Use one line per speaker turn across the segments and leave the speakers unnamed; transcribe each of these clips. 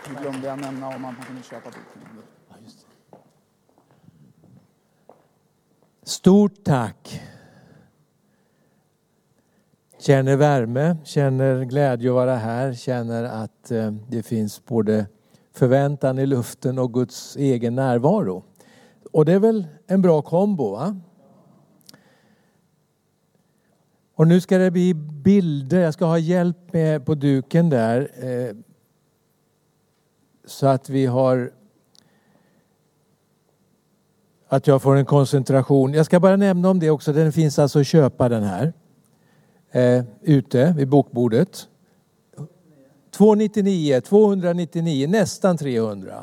Nu glömde jag nämna om att man kunde köpa boken.
Ja, just det. Stort tack. Känner värme, känner glädje att vara här, känner att det finns både förväntan i luften och Guds egen närvaro. Och det är väl en bra kombo, va? Och nu ska det bli bilder. Jag ska ha hjälp med på duken där. Så att vi har... Att jag får en koncentration. Jag ska bara nämna om det också. Den finns alltså att köpa den här. Ute vid bokbordet. 299, nästan 300.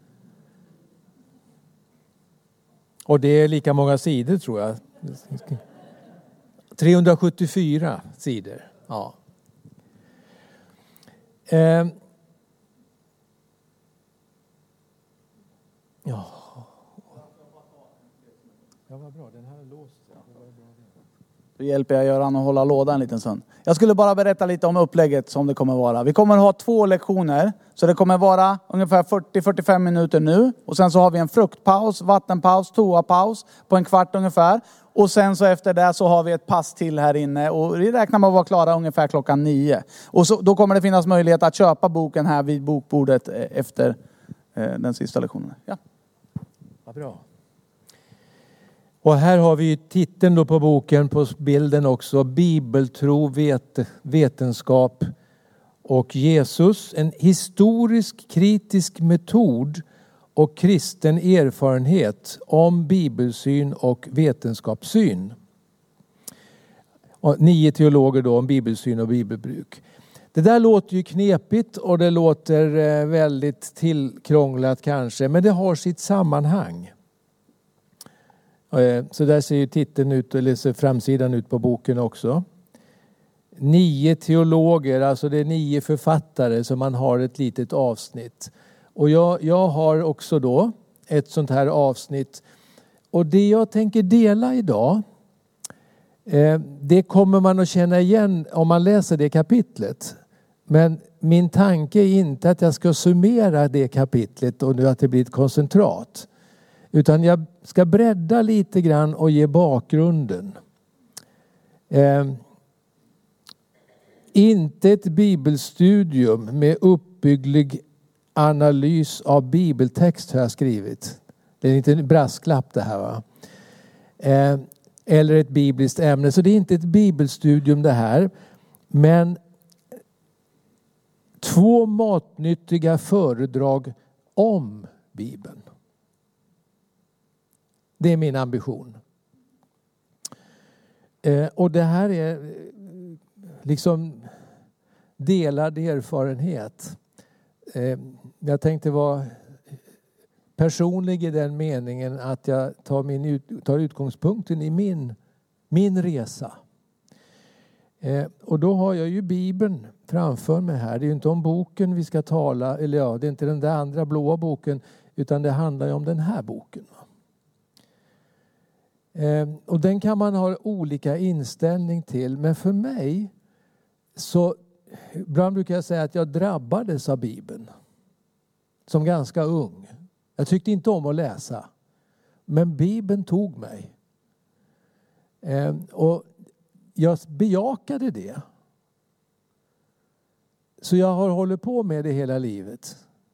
Och det är lika många sidor tror jag. 374 sidor. Ja. Ja. Ja, vad bra. Den här är låst.
Då hjälper jag Göran att hålla lådan en liten stund. Jag skulle bara berätta lite om upplägget som det kommer vara. Vi kommer ha 2 lektioner. Så det kommer vara ungefär 40-45 minuter nu. Och sen så har vi en fruktpaus, vattenpaus, toapaus på en kvart ungefär. Och sen så efter det så har vi ett pass till här inne. Och vi räknar med att vara klara ungefär klockan 9. Och så, då kommer det finnas möjlighet att köpa boken här vid bokbordet efter den sista lektionen. Ja.
Vad bra. Och här har vi titeln då på boken, på bilden också. Bibeltro, vetenskap och Jesus. En historisk kritisk metod och kristen erfarenhet om bibelsyn och vetenskapssyn. Och 9 teologer då om bibelsyn och bibelbruk. Det där låter ju knepigt och det låter väldigt tillkrånglat kanske. Men det har sitt sammanhang. Så där ser ju titeln ut, eller ser framsidan ut på boken också. 9 teologer, alltså det är 9 författare som man har ett litet avsnitt. Och jag har också då ett sånt här avsnitt. Och det jag tänker dela idag, det kommer man att känna igen om man läser det kapitlet. Men min tanke är inte att jag ska summera det kapitlet och nu att det blir ett koncentrat. Utan jag ska bredda lite grann och ge bakgrunden. Inte ett bibelstudium med uppbygglig analys av bibeltext har jag skrivit. Det är inte en brasklapp det här, va? Eller ett bibliskt ämne. Så det är inte ett bibelstudium det här. Men 2 matnyttiga föredrag om Bibeln. Det är min ambition. Och det här är liksom delad erfarenhet. Jag tänkte vara personlig i den meningen att jag tar utgångspunkten i min resa. Och då har jag ju Bibeln framför mig här. Det är ju inte om boken vi ska tala, eller ja, det är inte den där andra blåa boken, utan det handlar ju om den här boken. Och den kan man ha olika inställning till. Men för mig så ibland brukar jag säga att jag drabbades av Bibeln. Som ganska ung. Jag tyckte inte om att läsa. Men Bibeln tog mig. Och jag bejakade det. Så jag har hållit på med det hela livet.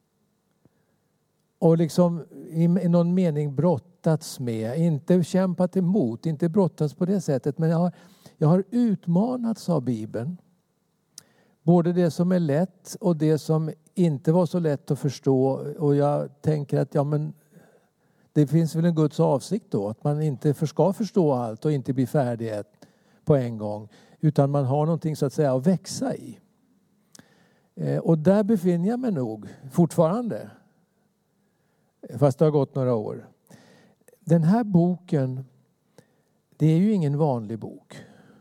Och liksom i någon mening brottats med. Inte kämpat emot. Inte brottats på det sättet. Men jag har utmanats av Bibeln. Både det som är lätt och det som inte var så lätt att förstå. Och jag tänker att det finns väl en Guds avsikt då. Att man inte ska förstå allt och inte bli färdig på en gång. Utan man har någonting så att säga att växa i. Och där befinner jag mig nog fortfarande. Fast det har gått några år. Den här boken, det är ju ingen vanlig bok.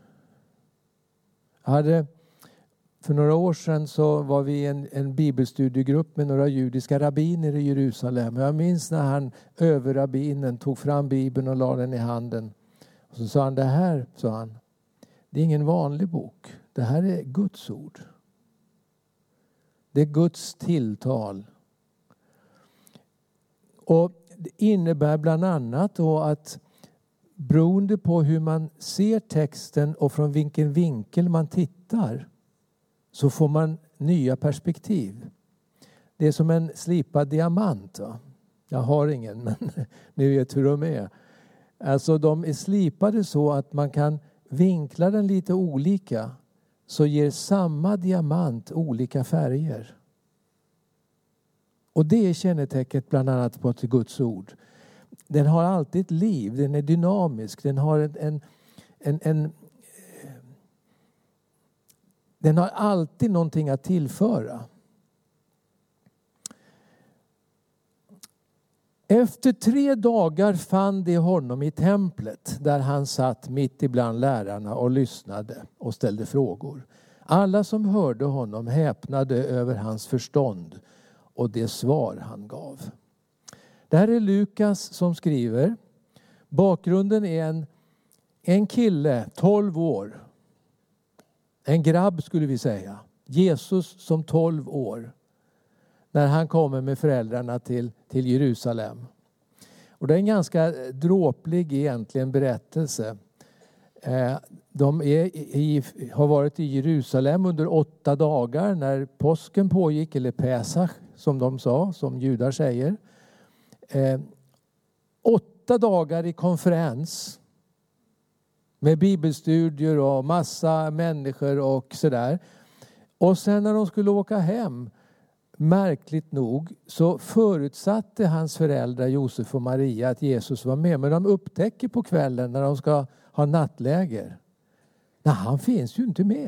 För några år sedan så var vi en bibelstudiegrupp med några judiska rabbiner i Jerusalem. Jag minns när överrabbinen tog fram Bibeln och la den i handen. Och så sa han, det här, sa han, det är ingen vanlig bok. Det här är Guds ord. Det är Guds tilltal Och det innebär bland annat då att beroende på hur man ser texten och från vilken vinkel man tittar så får man nya perspektiv. Det är som en slipad diamant. Va? Jag har ingen, men ni vet hur de är. Alltså de är slipade så att man kan vinkla den lite olika, så ger samma diamant olika färger. Och det är kännetecknet bland annat på till Guds ord. Den har alltid ett liv, den är dynamisk, den har den har alltid någonting att tillföra. Efter 3 dagar fann de honom i templet där han satt mitt ibland lärarna och lyssnade och ställde frågor. Alla som hörde honom häpnade över hans förstånd och det svar han gav. Det här är Lukas som skriver. Bakgrunden är en kille, 12 år. En grabb skulle vi säga. Jesus som 12 år. När han kommer med föräldrarna till Jerusalem. Och det är en ganska dråplig egentligen berättelse. De har varit i Jerusalem under 8 dagar när påsken pågick, eller Pesach som de sa, som judar säger. 8 dagar i konferens med bibelstudier och massa människor och sådär. Och sen när de skulle åka hem, märkligt nog, så förutsatte hans föräldrar Josef och Maria att Jesus var med. Men de upptäcker på kvällen när de ska ha nattläger. Nej, han finns ju inte med.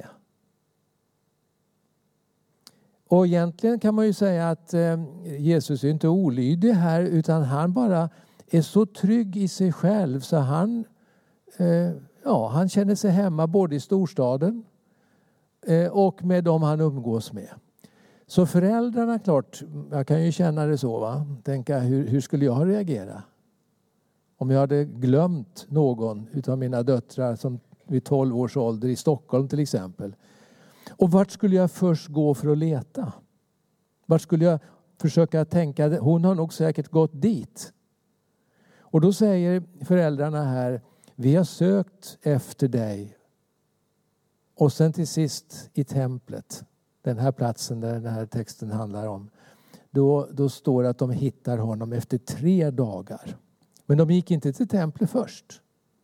Och egentligen kan man ju säga att Jesus är inte olydig här, utan han bara är så trygg i sig själv så han känner sig hemma både i storstaden och med dem han umgås med. Så föräldrarna, klart, jag kan ju känna det så, va? Tänka, hur skulle jag reagera? Om jag hade glömt någon utav mina döttrar som vid 12 års ålder i Stockholm till exempel. Och vart skulle jag först gå för att leta? Vart skulle jag försöka tänka, hon har nog säkert gått dit. Och då säger föräldrarna här, vi har sökt efter dig. Och sen till sist i templet, den här platsen där den här texten handlar om. Då står det att de hittar honom efter 3 dagar. Men de gick inte till templet först.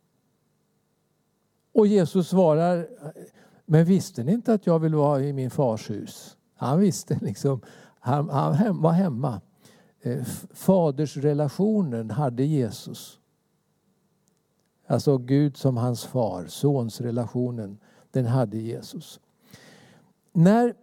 Och Jesus svarar, men visste ni inte att jag vill vara i min fars hus? Han visste liksom, han var hemma. Fadersrelationen hade Jesus. Alltså Gud som hans far, sonsrelationen, den hade Jesus. När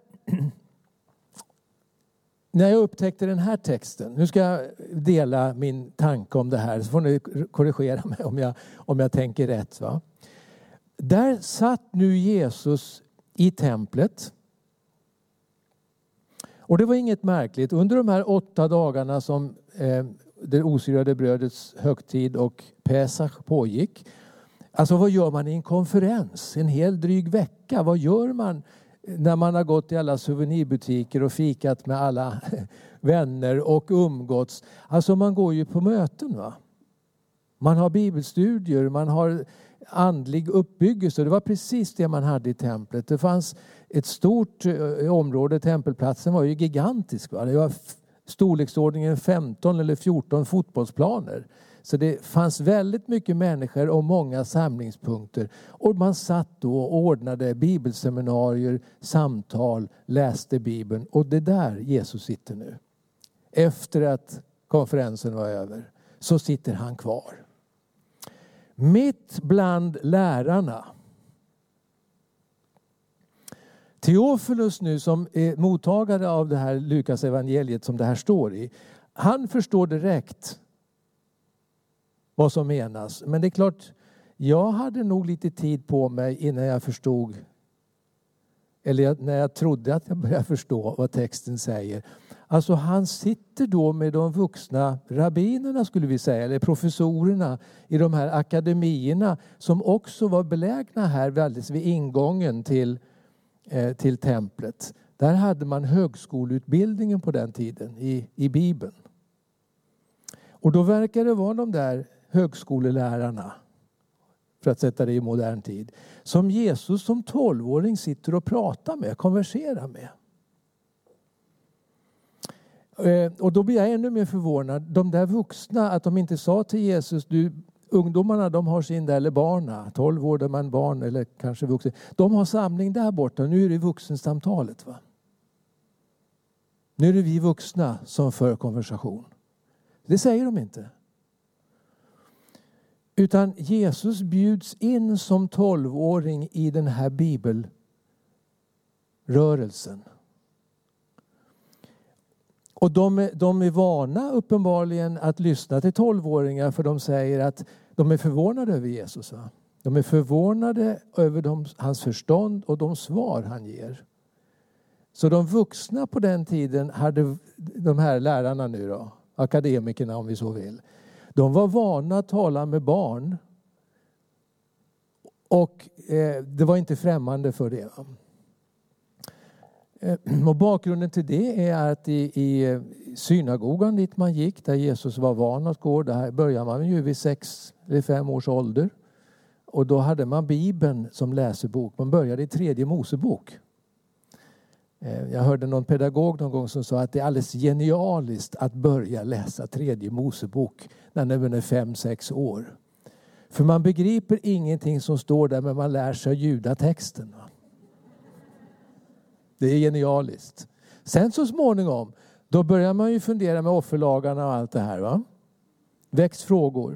jag upptäckte den här texten, nu ska jag dela min tanke om det här, så får ni korrigera mig om jag tänker rätt. Va? Där satt nu Jesus i templet. Och det var inget märkligt. Under de här 8 dagarna som det osyrade brödets högtid och Pesach pågick. Alltså vad gör man i en konferens? En hel dryg vecka. Vad gör man när man har gått i alla souvenirbutiker och fikat med alla vänner och umgåtts? Alltså man går ju på möten, va? Man har bibelstudier, man har andlig uppbyggelse. Det var precis det man hade i templet. Det fanns ett stort område, tempelplatsen var ju gigantisk. Va? Det var storleksordningen 15 eller 14 fotbollsplaner. Så det fanns väldigt mycket människor och många samlingspunkter. Och man satt då och ordnade bibelseminarier, samtal, läste Bibeln. Och det där Jesus sitter nu. Efter att konferensen var över så sitter han kvar. Mitt bland lärarna. Teofilus nu som är mottagare av det här Lukas evangeliet som det här står i. Han förstår direkt vad som menas. Men det är klart, jag hade nog lite tid på mig innan jag förstod. Eller när jag trodde att jag började förstå vad texten säger. Alltså han sitter då med de vuxna rabbinerna skulle vi säga. Eller professorerna i de här akademierna. Som också var belägna här väldigt vid ingången till templet. Där hade man högskoleutbildningen på den tiden i Bibeln. Och då verkar det vara de där högskolelärarna, för att sätta det i modern tid, som Jesus som 12-åring sitter och pratar med, konverserar med. Och då blir jag ännu mer förvånad. De där vuxna, att de inte sa till Jesus, ungdomarna de har sin där, eller barna, 12 år där man barn eller kanske vuxen. De har samling där borta, nu är det vuxensamtalet, va? Nu är det vi vuxna som för konversation. Det säger de inte. Utan Jesus bjuds in som 12-åring i den här bibelrörelsen. Och de är vana uppenbarligen att lyssna till 12-åringar, för de säger att de är förvånade över Jesus. Va? De är förvånade över hans förstånd och de svar han ger. Så de vuxna på den tiden hade, de här lärarna nu då, akademikerna om vi så vill. De var vana att tala med barn. Och det var inte främmande för det. Va? Och bakgrunden till det är att i synagogan dit man gick, där Jesus var van att gå, där började man ju vid 6 eller 5 års ålder. Och då hade man Bibeln som läsebok. Man började i 3:e Mosebok. Jag hörde någon pedagog någon gång som sa att det är alldeles genialiskt att börja läsa 3:e Mosebok när man är 5-6 år. För man begriper ingenting som står där, men man lär sig judatexten. Det är genialiskt. Sen så småningom, då börjar man ju fundera med offerlagarna och allt det här. Va? Väcks frågor.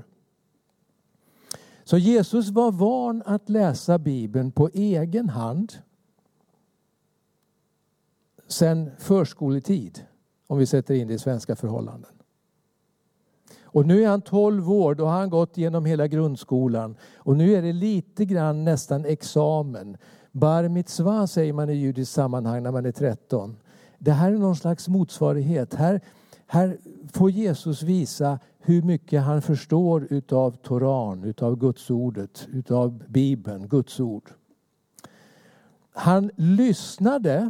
Så Jesus var van att läsa Bibeln på egen hand. Sen förskoletid, om vi sätter in det i svenska förhållanden. Och nu är han 12 år, då har han gått genom hela grundskolan. Och nu är det lite grann nästan examen. Bar mitzvah säger man i judiskt sammanhang när man är 13. Det här är någon slags motsvarighet. Här får Jesus visa hur mycket han förstår utav Toran, utav Guds ordet, utav Bibeln, Guds ord. Han lyssnade.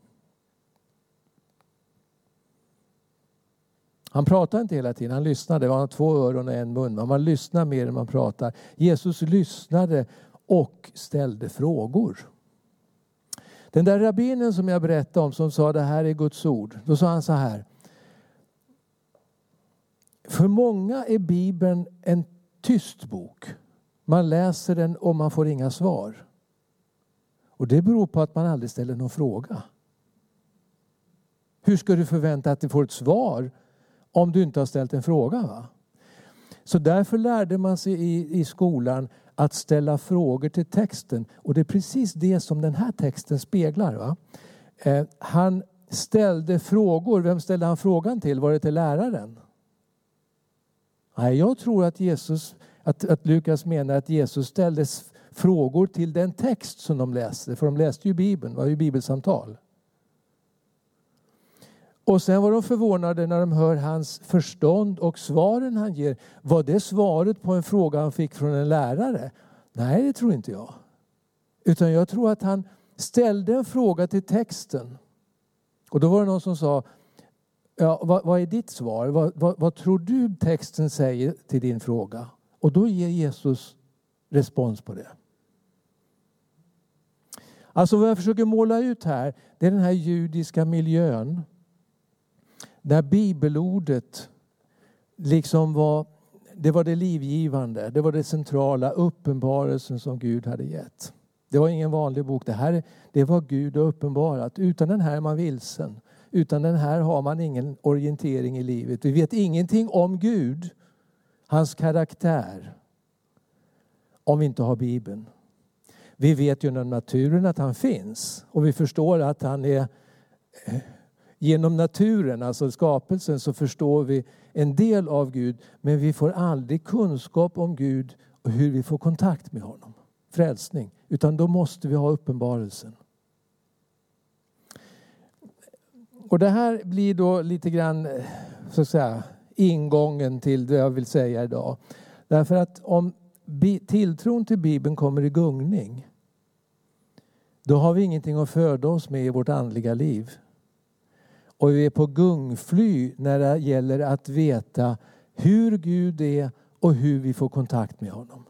Han pratade inte hela tiden, han lyssnade. Det var 2 öron och 1 mun. Man lyssnar mer än man pratar. Jesus lyssnade och ställde frågor. Den där rabbinen som jag berättade om, som sa det här är Guds ord. Då sa han så här: för många är Bibeln en tyst bok. Man läser den och man får inga svar. Och det beror på att man aldrig ställer någon fråga. Hur ska du förvänta att du får ett svar om du inte har ställt en fråga? Va? Så därför lärde man sig i skolan att ställa frågor till texten. Och det är precis det som den här texten speglar. Va? Han ställde frågor. Vem ställde han frågan till? Var det till läraren? Nej, jag tror att Lukas menar att Jesus ställde frågor till den text som de läste. För de läste ju Bibeln, det var ju bibelsamtal. Och sen var de förvånade när de hör hans förstånd och svaren han ger. Var det svaret på en fråga han fick från en lärare? Nej, det tror inte jag. Utan jag tror att han ställde en fråga till texten. Och då var det någon som sa: ja, vad är ditt svar? Vad tror du texten säger till din fråga? Och då ger Jesus respons på det. Alltså vad jag försöker måla ut här, det är den här judiska miljön. Där bibelordet liksom var det livgivande. Det var det centrala, uppenbarelsen som Gud hade gett. Det var ingen vanlig bok. Det var Gud uppenbarat. Utan den här är man vilsen. Utan den här har man ingen orientering i livet. Vi vet ingenting om Gud, hans karaktär, om vi inte har Bibeln. Vi vet ju genom naturen att han finns. Och vi förstår att han är... Genom naturen, alltså skapelsen, så förstår vi en del av Gud. Men vi får aldrig kunskap om Gud och hur vi får kontakt med honom. Frälsning. Utan då måste vi ha uppenbarelsen. Och det här blir då lite grann, så att säga, ingången till det jag vill säga idag. Därför att om tilltron till Bibeln kommer i gungning, då har vi ingenting att föda oss med i vårt andliga liv. Och vi är på gungfly när det gäller att veta hur Gud är och hur vi får kontakt med honom.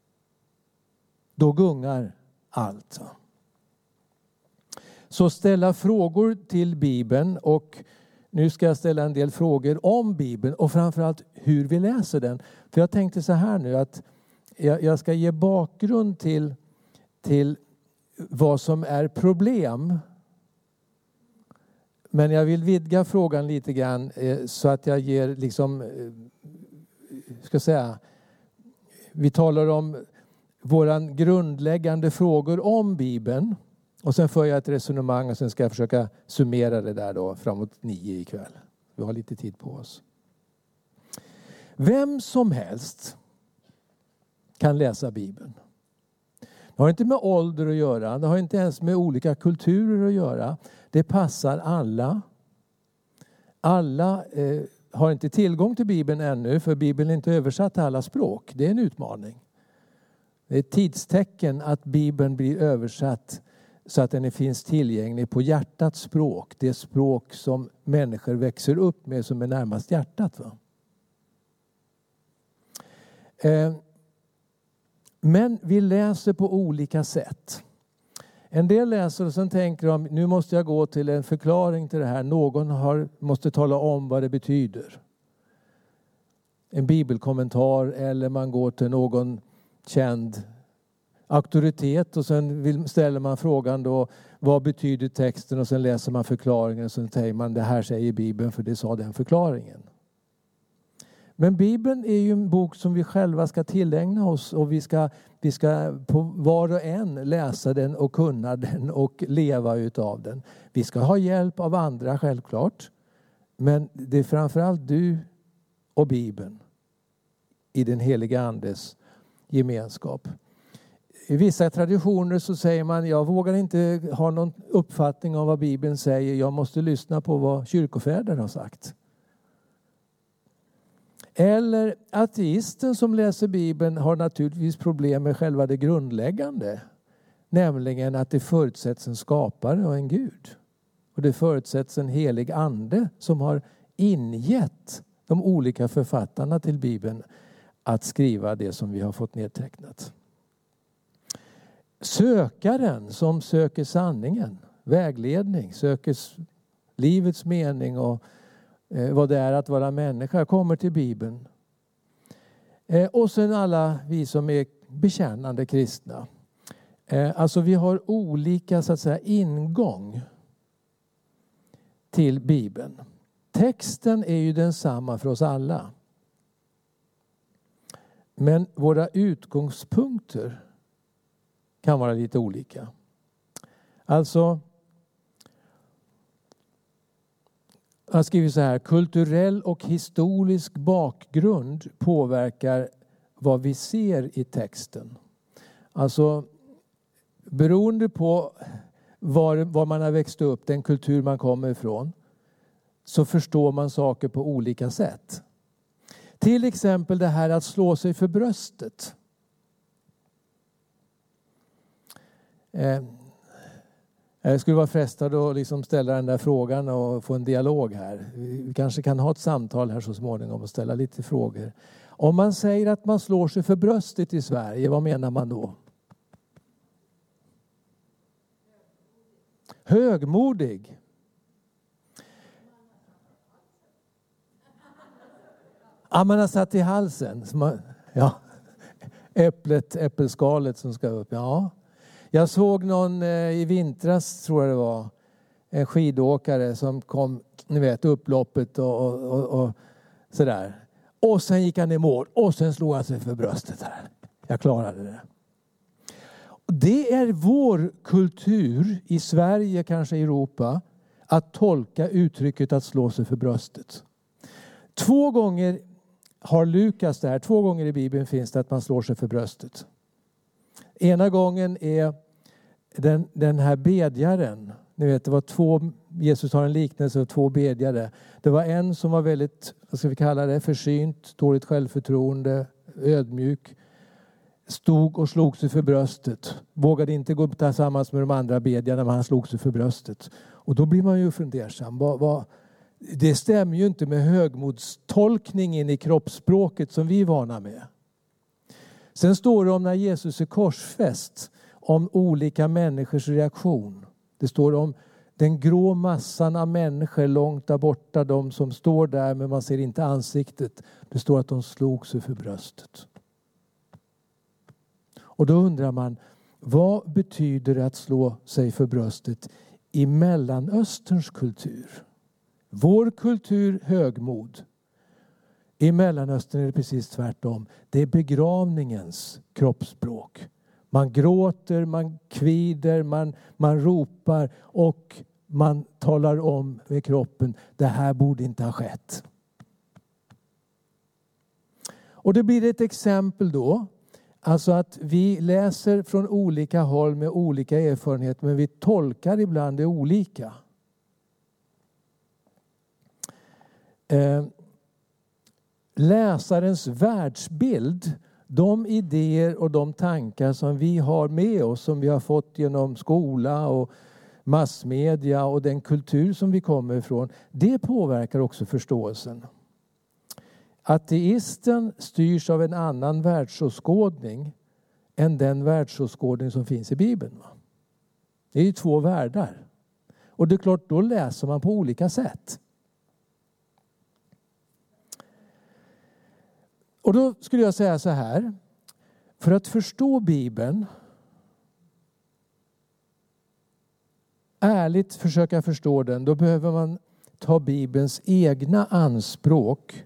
Då gungar allt. Så ställa frågor till Bibeln, och nu ska jag ställa en del frågor om Bibeln och framförallt hur vi läser den. För jag tänkte så här nu att jag ska ge bakgrund till vad som är problem. Men jag vill vidga frågan lite grann så att jag ger vi talar om våran grundläggande frågor om Bibeln. Och sen för jag ett resonemang och sen ska jag försöka summera det där då framåt 9 ikväll. Vi har lite tid på oss. Vem som helst kan läsa Bibeln. Det har inte med ålder att göra. Det har inte ens med olika kulturer att göra. Det passar alla. Alla har inte tillgång till Bibeln ännu, för Bibeln är inte översatt till alla språk. Det är en utmaning. Det är ett tidstecken att Bibeln blir översatt så att den finns tillgänglig på hjärtats språk. Det språk som människor växer upp med, som är närmast hjärtat. Va? Men vi läser på olika sätt. En del läser och sen tänker de, nu måste jag gå till en förklaring till det här. Någon måste tala om vad det betyder. En bibelkommentar, eller man går till någon känd auktoritet och sen ställer man frågan då, vad betyder texten, och sen läser man förklaringen och sen säger man, det här säger Bibeln för det sa den förklaringen. Men Bibeln är ju en bok som vi själva ska tillägna oss, och vi ska på var och en läsa den och kunna den och leva utav den. Vi ska ha hjälp av andra självklart, men det är framförallt du och Bibeln i den heliga andes gemenskap. I vissa traditioner så säger man, jag vågar inte ha någon uppfattning om vad Bibeln säger, jag måste lyssna på vad kyrkofäder har sagt. Eller ateisten som läser Bibeln har naturligtvis problem med själva det grundläggande. Nämligen att det förutsätts en skapare och en Gud. Och det förutsätts en helig ande som har ingett de olika författarna till Bibeln att skriva det som vi har fått nedtecknat. Sökaren som söker sanningen, vägledning, söker livets mening och vad det är att vara människa, kommer till Bibeln. Och sen alla vi som är bekännande kristna. Alltså vi har olika så att säga ingång till Bibeln. Texten är ju densamma för oss alla. Men våra utgångspunkter kan vara lite olika. Alltså, jag skriver så här, kulturell och historisk bakgrund påverkar vad vi ser i texten. Alltså, beroende på var man har växt upp, den kultur man kommer ifrån, så förstår man saker på olika sätt. Till exempel det här att slå sig för bröstet. Jag skulle vara frestad att liksom ställa den där frågan och få en dialog här. Vi kanske kan ha ett samtal här så småningom och ställa lite frågor. Om man säger att man slår sig för bröstet i Sverige, vad menar man då? Högmodig. Ja, man har satt i halsen. Ja. Äppelskalet som ska upp. Ja. Jag såg någon i vintras, tror jag det var, en skidåkare som kom, ni vet, upploppet och sådär. Och sen gick han i mål och sen slog han sig för bröstet här. Jag klarade det. Det är vår kultur i Sverige, kanske i Europa, att tolka uttrycket att slå sig för bröstet. 2 gånger har Lukas det här. 2 gånger i Bibeln finns det att man slår sig för bröstet. Ena gången är den här bedjaren. Ni vet, det var Jesus har en liknelse av 2 bedjare. Det var en som var väldigt, vad ska vi kalla det, försynt, dåligt självförtroende, ödmjuk. Stod och slog sig för bröstet. Vågade inte gå upp tillsammans med de andra bedjarna, men han slog sig för bröstet. Och då blir man ju fundersam. Det stämmer ju inte med högmodstolkningen i kroppsspråket som vi är vana med. Sen står det om när Jesus är korsfäst, om olika människors reaktion. Det står om den grå massan av människor långt där borta, de som står där men man ser inte ansiktet. Det står att de slog sig för bröstet. Och då undrar man, vad betyder det att slå sig för bröstet i Mellanösterns kultur? Vår kultur högmod. I Mellanöstern är det precis tvärtom. Det är begravningens kroppsspråk. Man gråter, man kvider, man ropar och man talar om med kroppen, det här borde inte ha skett. Och det blir ett exempel då. Alltså att vi läser från olika håll med olika erfarenheter, men vi tolkar ibland det olika. Läsarens världsbild, de idéer och de tankar som vi har med oss, som vi har fått genom skola och massmedia och den kultur som vi kommer ifrån, det påverkar också förståelsen. Ateisten styrs av en annan världsåskådning än den världsåskådning som finns i Bibeln. Det är ju två världar. Och det är klart, då läser man på olika sätt. Och då skulle jag säga så här. För att förstå Bibeln, ärligt försöka förstå den, då behöver man ta Bibelns egna anspråk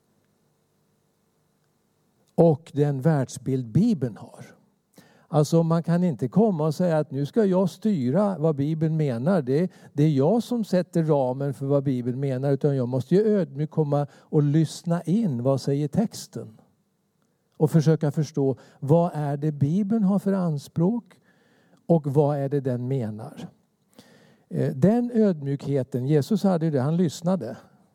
och den världsbild Bibeln har. Alltså man kan inte komma och säga att nu ska jag styra vad Bibeln menar. Det är jag som sätter ramen för vad Bibeln menar. Utan jag måste ju ödmjukt komma och lyssna in vad säger texten. Och försöka förstå vad är det Bibeln har för anspråk och vad är det den menar. Den ödmjukheten, Jesus hade ju det, han lyssnade.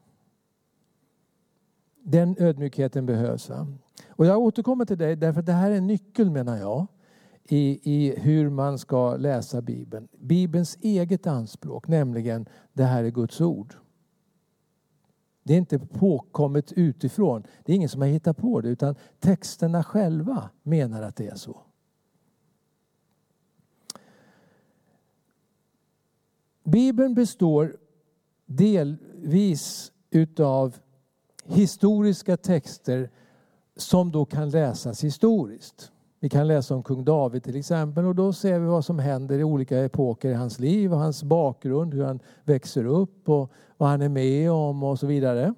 Den ödmjukheten behövs. Va? Och jag återkommer till dig därför att det här är en nyckel menar jag. I hur man ska läsa Bibeln. Bibelns eget anspråk, nämligen det här är Guds ord. Det är inte påkommet utifrån. Det är ingen som har hittat på det, utan texterna själva menar att det är så. Bibeln består delvis utav historiska texter som då kan läsas historiskt. Vi kan läsa om kung David till exempel och då ser vi vad som händer i olika epoker i hans liv och hans bakgrund, hur han växer upp och vad han är med om och så vidare.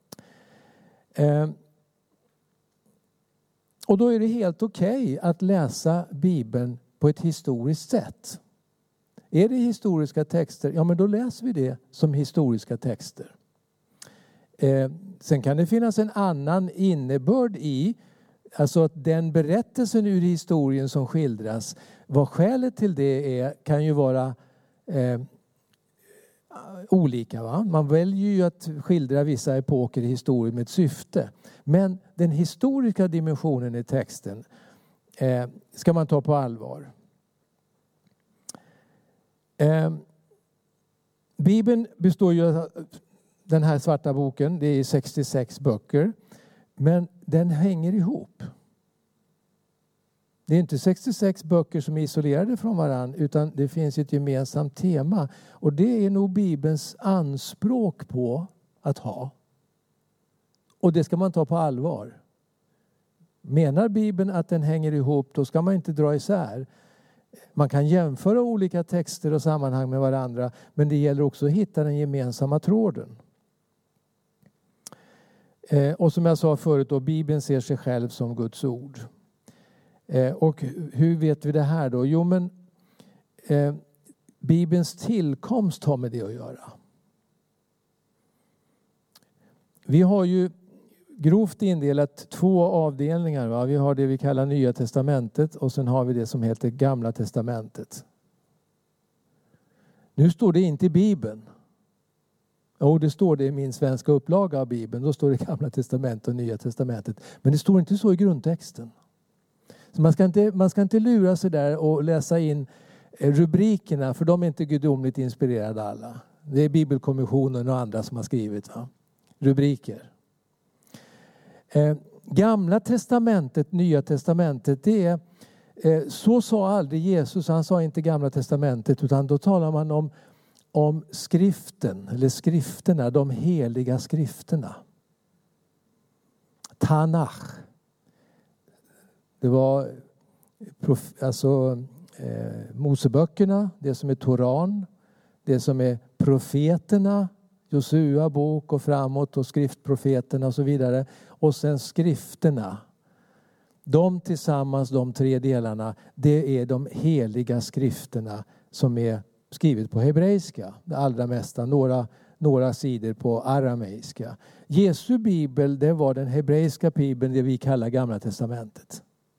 Och då är det helt okej att läsa Bibeln på ett historiskt sätt. Är det historiska texter, ja men då läser vi det som historiska texter. Sen kan det finnas en annan innebörd i, alltså att den berättelsen ur historien som skildras, vad skälet till det är kan ju vara olika. Va? Man väljer ju att skildra vissa epoker i historien med ett syfte. Men den historiska dimensionen i texten ska man ta på allvar. Bibeln består ju av den här svarta boken, det är 66 böcker. Men den hänger ihop. Det är inte 66 böcker som är isolerade från varandra, utan det finns ett gemensamt tema. Och det är nog Bibelns anspråk på att ha. Och det ska man ta på allvar. Menar Bibeln att den hänger ihop, då ska man inte dra isär. Man kan jämföra olika texter och sammanhang med varandra, men det gäller också att hitta den gemensamma tråden. Och som jag sa förut då, Bibeln ser sig själv som Guds ord. Och hur vet vi det här då? Jo men Bibelns tillkomst har med det att göra. Vi har ju grovt indelat 2 avdelningar. Va? Vi har det vi kallar Nya testamentet och sen har vi det som heter Gamla testamentet. Nu står det inte i Bibeln. Och det står det i min svenska upplaga av Bibeln. Då står det Gamla testamentet och Nya testamentet. Men det står inte så i grundtexten. Så man ska inte lura sig där och läsa in rubrikerna. För de är inte gudomligt inspirerade alla. Det är Bibelkommissionen och andra som har skrivit, va? Rubriker. Gamla testamentet, Nya testamentet, det är så sa aldrig Jesus. Han sa inte Gamla testamentet, utan då talar man om skriften eller skrifterna, de heliga skrifterna. Tanach. Det var Moseböckerna, det som är Toran, det som är profeterna, Josua bok och framåt och skriftprofeterna och så vidare. Och sen skrifterna. De tillsammans, de tre delarna, det är de heliga skrifterna som är skrivet på hebreiska. Det allra mesta, några sidor på arameiska. Jesu bibel, det var den hebreiska bibeln, det vi kallar Gamla testamentet.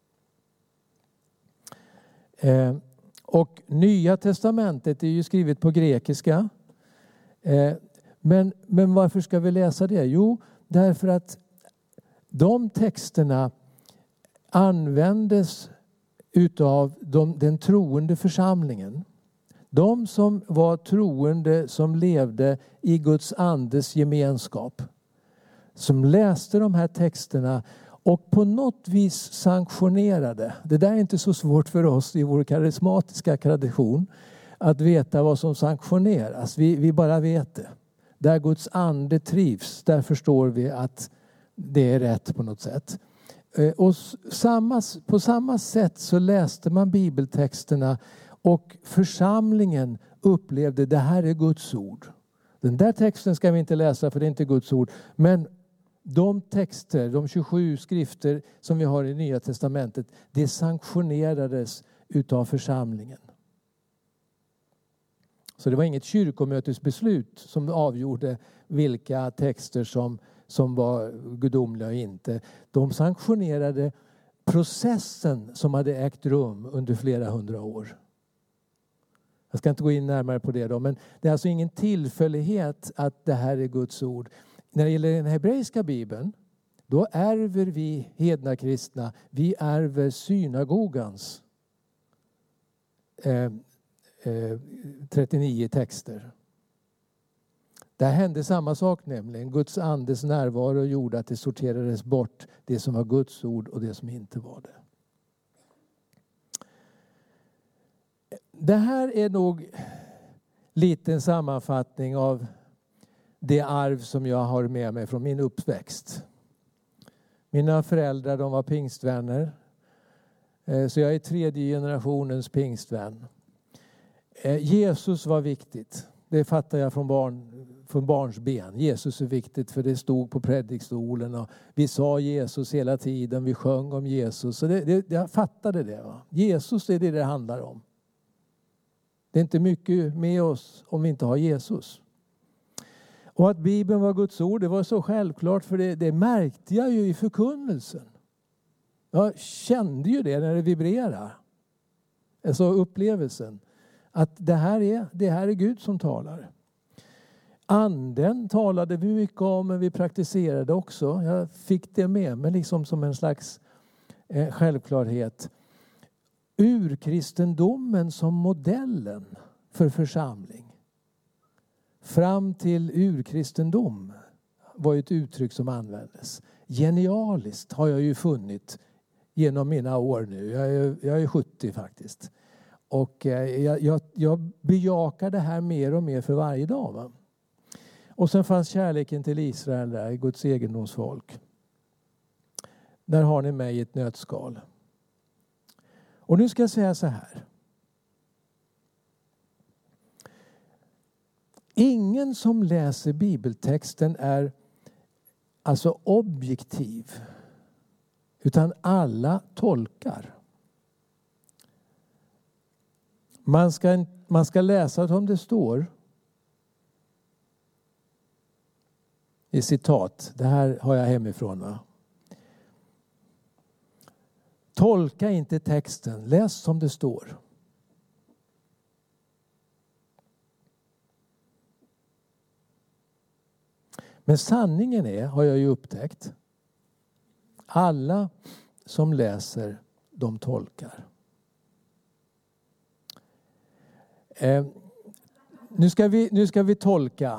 Och Nya testamentet är ju skrivet på grekiska. Men varför ska vi läsa det? Jo, därför att de texterna användes utav den troende församlingen. De som var troende, som levde i Guds andes gemenskap. Som läste de här texterna och på något vis sanktionerade. Det där är inte så svårt för oss i vår karismatiska tradition att veta vad som sanktioneras. Vi bara vet det. Där Guds ande trivs, där förstår vi att det är rätt på något sätt. Och på samma sätt så läste man bibeltexterna och församlingen upplevde det här är Guds ord. Den där texten ska vi inte läsa för det är inte Guds ord. Men de texter, de 27 skrifter som vi har i Nya testamentet, det sanktionerades utav församlingen. Så det var inget kyrkomötesbeslut som avgjorde vilka texter som var gudomliga och inte. De sanktionerade processen som hade ägt rum under flera hundra år. Jag ska inte gå in närmare på det då, men det är alltså ingen tillfällighet att det här är Guds ord. När det gäller den hebreiska bibeln, då ärver vi hedna kristna, vi ärver synagogans 39 texter. Där hände samma sak nämligen. Guds andes närvaro gjorde att det sorterades bort det som var Guds ord och det som inte var det. Det här är nog lite en sammanfattning av det arv som jag har med mig från min uppväxt. Mina föräldrar, de var pingstvänner. Så jag är tredje generationens pingstvän. Jesus var viktigt. Det fattar jag från barnsben. Jesus är viktigt för det stod på predikstolen och vi sa Jesus hela tiden. Vi sjöng om Jesus. Så jag fattade det. Va? Jesus är det handlar om. Det är inte mycket med oss om vi inte har Jesus. Och att Bibeln var Guds ord, det var så självklart för det märkte jag ju i förkunnelsen. Jag kände ju det när det vibrerade. Alltså upplevelsen. Att det här är Gud som talar. Anden talade vi mycket om, men vi praktiserade också. Jag fick det med mig liksom som en slags självklarhet. Urkristendomen som modellen för församling. Fram till urkristendom var ett uttryck som användes. Genialiskt har jag ju funnit genom mina år nu. Jag är 70 faktiskt. Och jag bejakar det här mer och mer för varje dag. Va? Och sen fanns kärleken till Israel där, Guds egendomsfolk. Där har ni mig i ett nötskal. Och nu ska jag säga så här. Ingen som läser bibeltexten är alltså objektiv. Utan alla tolkar. Man ska läsa som det står. I citat. Det här har jag hemifrån. Va? Tolka inte texten. Läs som det står. Men sanningen är, har jag ju upptäckt, alla som läser, de tolkar. Nu ska vi tolka.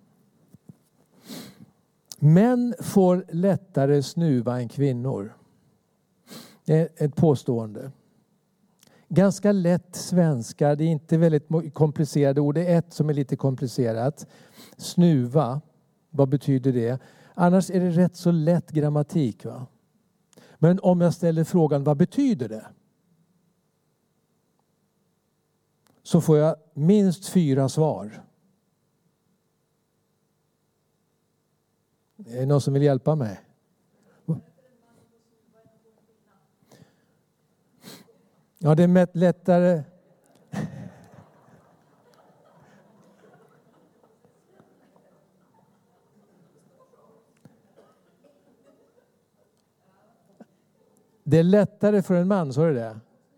Män får lättare snuva än kvinnor. Det är ett påstående. Ganska lätt svenska. Det är inte väldigt komplicerade ord. Det är ett som är lite komplicerat. Snuva. Vad betyder det? Annars är det rätt så lätt grammatik, va? Men om jag ställer frågan, vad betyder det? Så får jag minst 4 svar. Är det någon som vill hjälpa mig? Ja, det är lättare. Det är lättare för en man, så är det.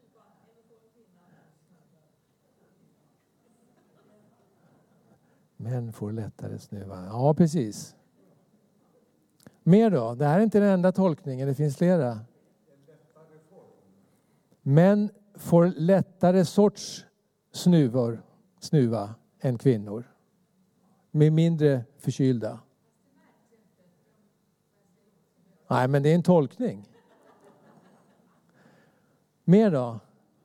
Män får lättare snuva. Ja, precis. Mer då? Det här är inte den enda tolkningen, det finns flera. Män får lättare sorts snuva än kvinnor. Med mindre förkylda. Nej, men det är en tolkning. Mer då?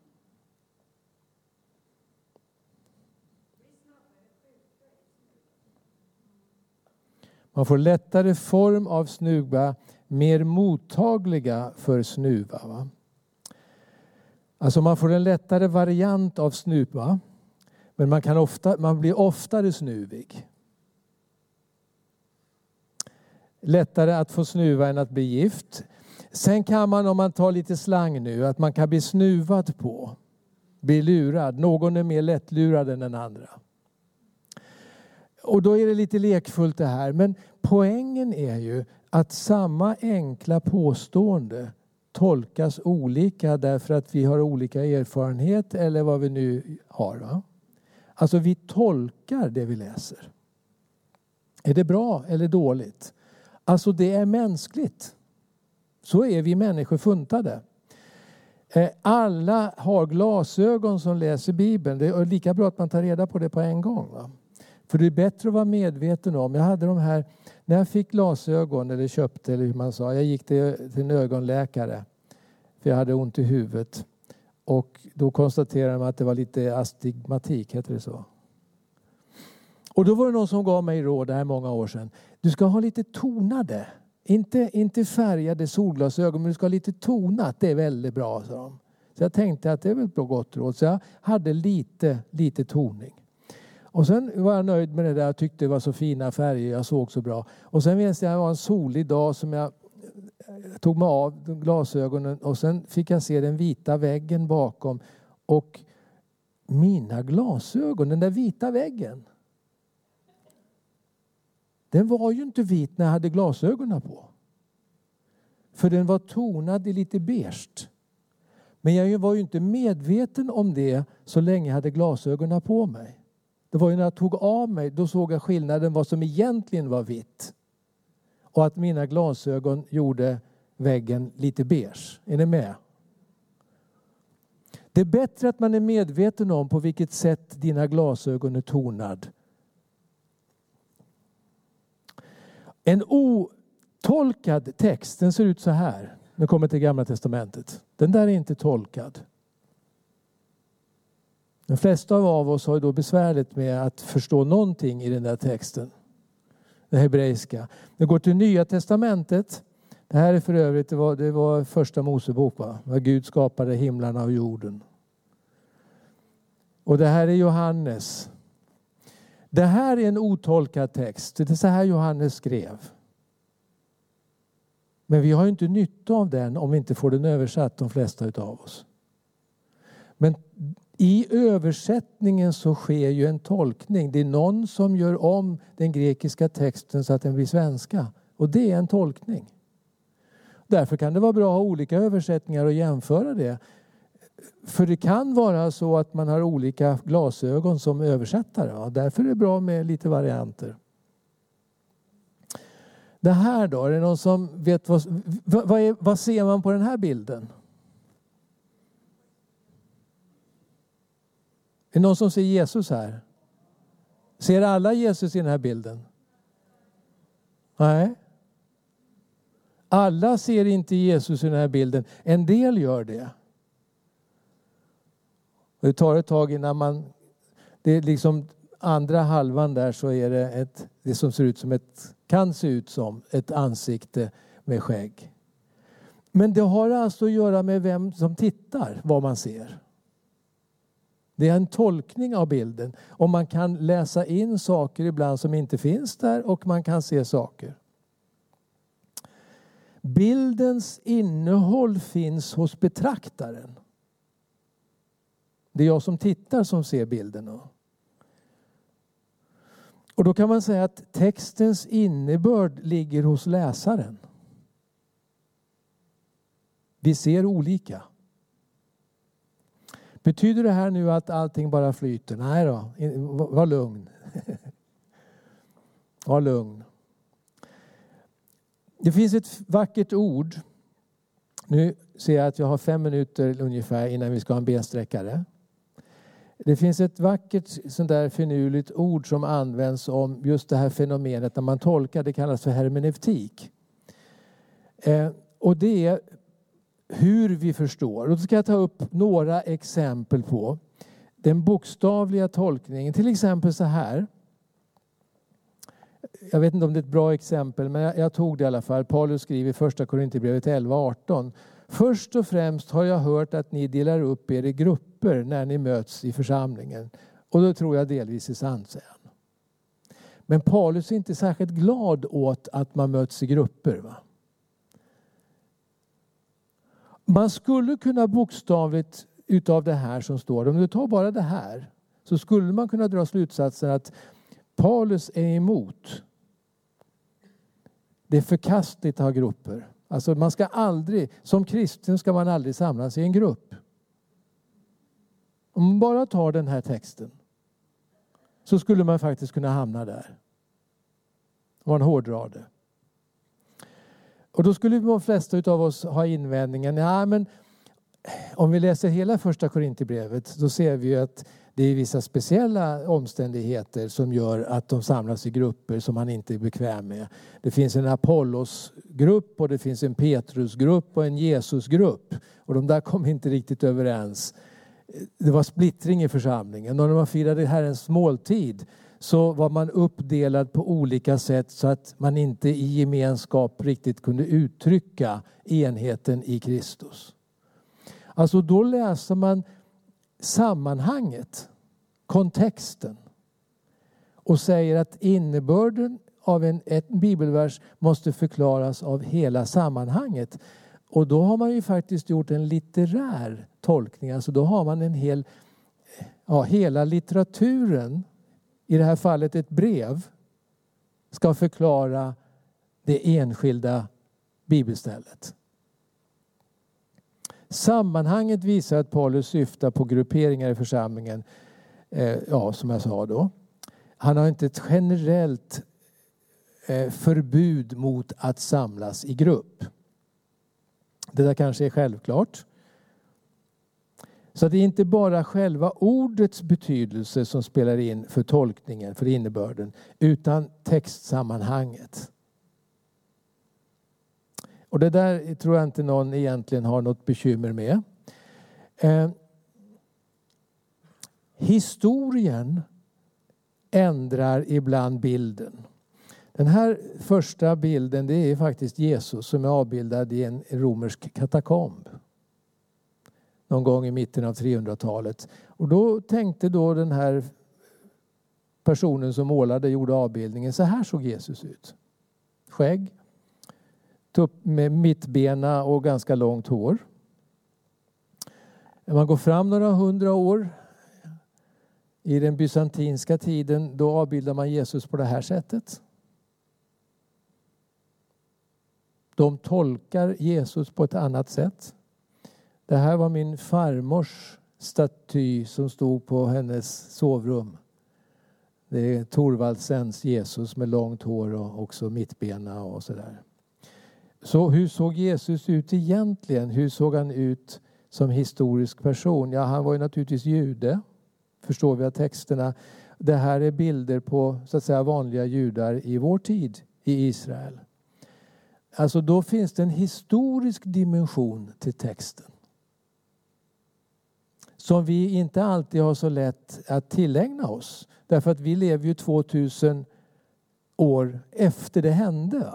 Man får lättare form av snuva, mer mottagliga för snuva. Va? Alltså man får en lättare variant av snuva, men man blir oftare snuvig. Lättare att få snuva än att bli gift. Sen kan man, om man tar lite slang nu, att man kan bli snuvad på. Bli lurad. Någon är mer lättlurad än den andra. Och då är det lite lekfullt det här. Men poängen är ju att samma enkla påstående tolkas olika därför att vi har olika erfarenhet eller vad vi nu har. Va? Alltså vi tolkar det vi läser. Är det bra eller dåligt? Alltså det är mänskligt. Så är vi människor funtade. Alla har glasögon som läser Bibeln. Det är lika bra att man tar reda på det på en gång. Va? För det är bättre att vara medveten om. Jag hade de här, när jag fick glasögon eller köpte eller hur man sa. Jag gick till en ögonläkare. För jag hade ont i huvudet. Och då konstaterade de att det var lite astigmatik, heter det så. Och då var det någon som gav mig råd, det här många år sedan. Du ska ha lite tonade. Inte färgade solglasögon, men du ska ha lite tonat. Det är väldigt bra, sa de. Så jag tänkte att det är väl ett gott råd. Så jag hade lite toning. Och sen var jag nöjd med det där. Jag tyckte det var så fina färger. Jag såg så bra. Och sen minns jag att det var en solig dag som jag tog mig av glasögonen. Och sen fick jag se den vita väggen bakom. Och mina glasögon, den där vita väggen. Den var ju inte vit när jag hade glasögonen på. För den var tonad i lite beige. Men jag var ju inte medveten om det så länge jag hade glasögonen på mig. Det var ju när jag tog av mig, då såg jag skillnaden vad som egentligen var vitt. Och att mina glasögon gjorde väggen lite beige. Är ni med? Det är bättre att man är medveten om på vilket sätt dina glasögon är tonad. En otolkad text, den ser ut så här. Nu kommer till Gamla testamentet. Den där är inte tolkad. De flesta av oss har då besvärligt med att förstå någonting i den där texten. Den hebreiska. Det går till Nya testamentet. Det här är för övrigt, det var första Mosebok, va? När Gud skapade himlarna och jorden. Och det här är Johannes. Det här är en otolkad text. Det är så här Johannes skrev. Men vi har inte nytta av den om vi inte får den översatt, de flesta utav oss. Men i översättningen så sker ju en tolkning. Det är någon som gör om den grekiska texten så att den blir svenska. Och det är en tolkning. Därför kan det vara bra att ha olika översättningar och jämföra det. För det kan vara så att man har olika glasögon som översättare. Ja, därför är det bra med lite varianter. Det här då, är det någon som vet vad ser man på den här bilden? Är det någon som ser Jesus här? Ser alla Jesus i den här bilden? Nej. Alla ser inte Jesus i den här bilden. En del gör det. Det tar ett tag innan det är liksom andra halvan där, så är det som kan se ut som ett ansikte med skägg. Men det har alltså att göra med vem som tittar, vad man ser. Det är en tolkning av bilden. Och man kan läsa in saker ibland som inte finns där, och man kan se saker. Bildens innehåll finns hos betraktaren. Det är jag som tittar som ser bilden. Och då kan man säga att textens innebörd ligger hos läsaren. Vi ser olika. Betyder det här nu att allting bara flyter? Nej då, var lugn. Var lugn. Det finns ett vackert ord. Nu ser jag att jag har 5 minuter ungefär innan vi ska ha en bensträckare. Det finns ett vackert sånt där finurligt ord som används om just det här fenomenet när man tolkar. Det kallas för hermeneutik. Och det är hur vi förstår. Och då ska jag ta upp några exempel på den bokstavliga tolkningen. Till exempel så här. Jag vet inte om det är ett bra exempel, men jag tog det i alla fall. Paulus skriver i första Korinthierbrevet 11:18. Först och främst har jag hört att ni delar upp er i grupper när ni möts i församlingen. Och då tror jag delvis är sant, säger han. Men Paulus är inte särskilt glad åt att man möts i grupper, va? Man skulle kunna bokstavligt utav det här som står, om du tar bara det här, så skulle man kunna dra slutsatsen att Paulus är emot. Det är förkastligt att ha grupper. Alltså man ska aldrig, som kristen ska man aldrig samlas i en grupp. Om man bara tar den här texten så skulle man faktiskt kunna hamna där. Om man hårdrar det. Och då skulle de flesta av oss ha invändningen, ja men om vi läser hela första Korinthierbrevet så ser vi ju att det är vissa speciella omständigheter som gör att de samlas i grupper som man inte är bekväm med. Det finns en Apollos-grupp och det finns en Petrus-grupp och en Jesus-grupp. Och de där kom inte riktigt överens. Det var splittring i församlingen. Och när man firade Herrens måltid så var man uppdelad på olika sätt så att man inte i gemenskap riktigt kunde uttrycka enheten i Kristus. Alltså då läser man sammanhanget, kontexten, och säger att innebörden av en bibelvers måste förklaras av hela sammanhanget. Och då har man ju faktiskt gjort en litterär tolkning. Alltså då har man hela litteraturen, i det här fallet ett brev, ska förklara det enskilda bibelstället. Sammanhanget visar att Paulus syftar på grupperingar i församlingen. Som jag sa då. Han har inte ett generellt förbud mot att samlas i grupp. Det där kanske är självklart. Så det är inte bara själva ordets betydelse som spelar in för tolkningen, för innebörden, utan textsammanhanget. Och det där tror jag inte någon egentligen har något bekymmer med. Historien ändrar ibland bilden. Den här första bilden, det är faktiskt Jesus som är avbildad i en romersk katakomb. Någon gång i mitten av 300-talet. Och då tänkte den här personen som gjorde avbildningen, så här såg Jesus ut. Skägg, tupp med mittbena och ganska långt hår. När man går fram några 100 år i den bysantinska tiden, då avbildar man Jesus på det här sättet. De tolkar Jesus på ett annat sätt. Det här var min farmors staty som stod på hennes sovrum. Det är Thorvaldsens Jesus med långt hår och också mittbena och sådär. Så hur såg Jesus ut egentligen? Hur såg han ut som historisk person? Ja, han var ju naturligtvis jude. Förstår vi av texterna. Det här är bilder på så att säga vanliga judar i vår tid i Israel. Alltså då finns det en historisk dimension till texten. Som vi inte alltid har så lätt att tillägna oss. Därför att vi lever ju 2000 år efter det hände.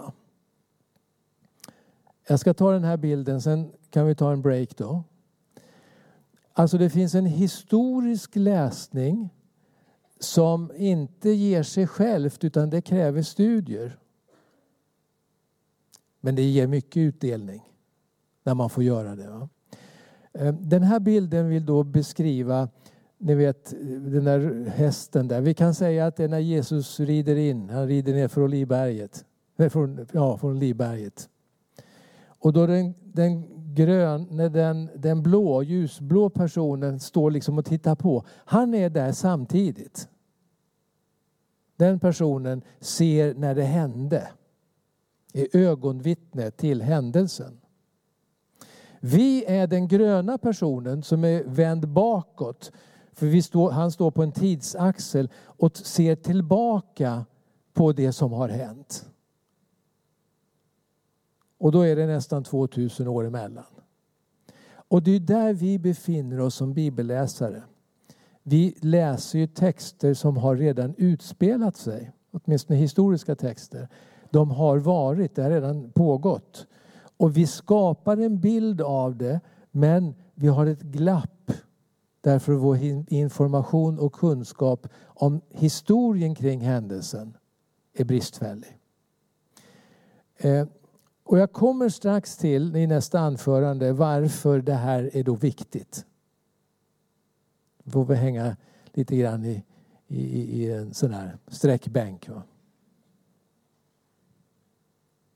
Jag ska ta den här bilden, sen kan vi ta en break då. Alltså det finns en historisk läsning som inte ger sig självt utan det kräver studier. Men det ger mycket utdelning när man får göra det. Va? Den här bilden vill då beskriva, ni vet den där hästen där. Vi kan säga att det är när Jesus rider in. Han rider ner från Olivberget. Från Olivberget. Och då den ljusblå personen står liksom och tittar på. Han är där samtidigt. Den personen ser när det hände. Är ögonvittne till händelsen. Vi är den gröna personen som är vänd bakåt. För han står på en tidsaxel och ser tillbaka på det som har hänt. Och då är det nästan 2000 år emellan. Och det är där vi befinner oss som bibelläsare. Vi läser ju texter som har redan utspelat sig. Åtminstone historiska texter. De har varit, det har redan pågått. Och vi skapar en bild av det, men vi har ett glapp. Därför vår information och kunskap om historien kring händelsen är bristfällig. Och jag kommer strax till i nästa anförande varför det här är då viktigt. Får vi hänga lite grann i en sån här sträckbänk. Va?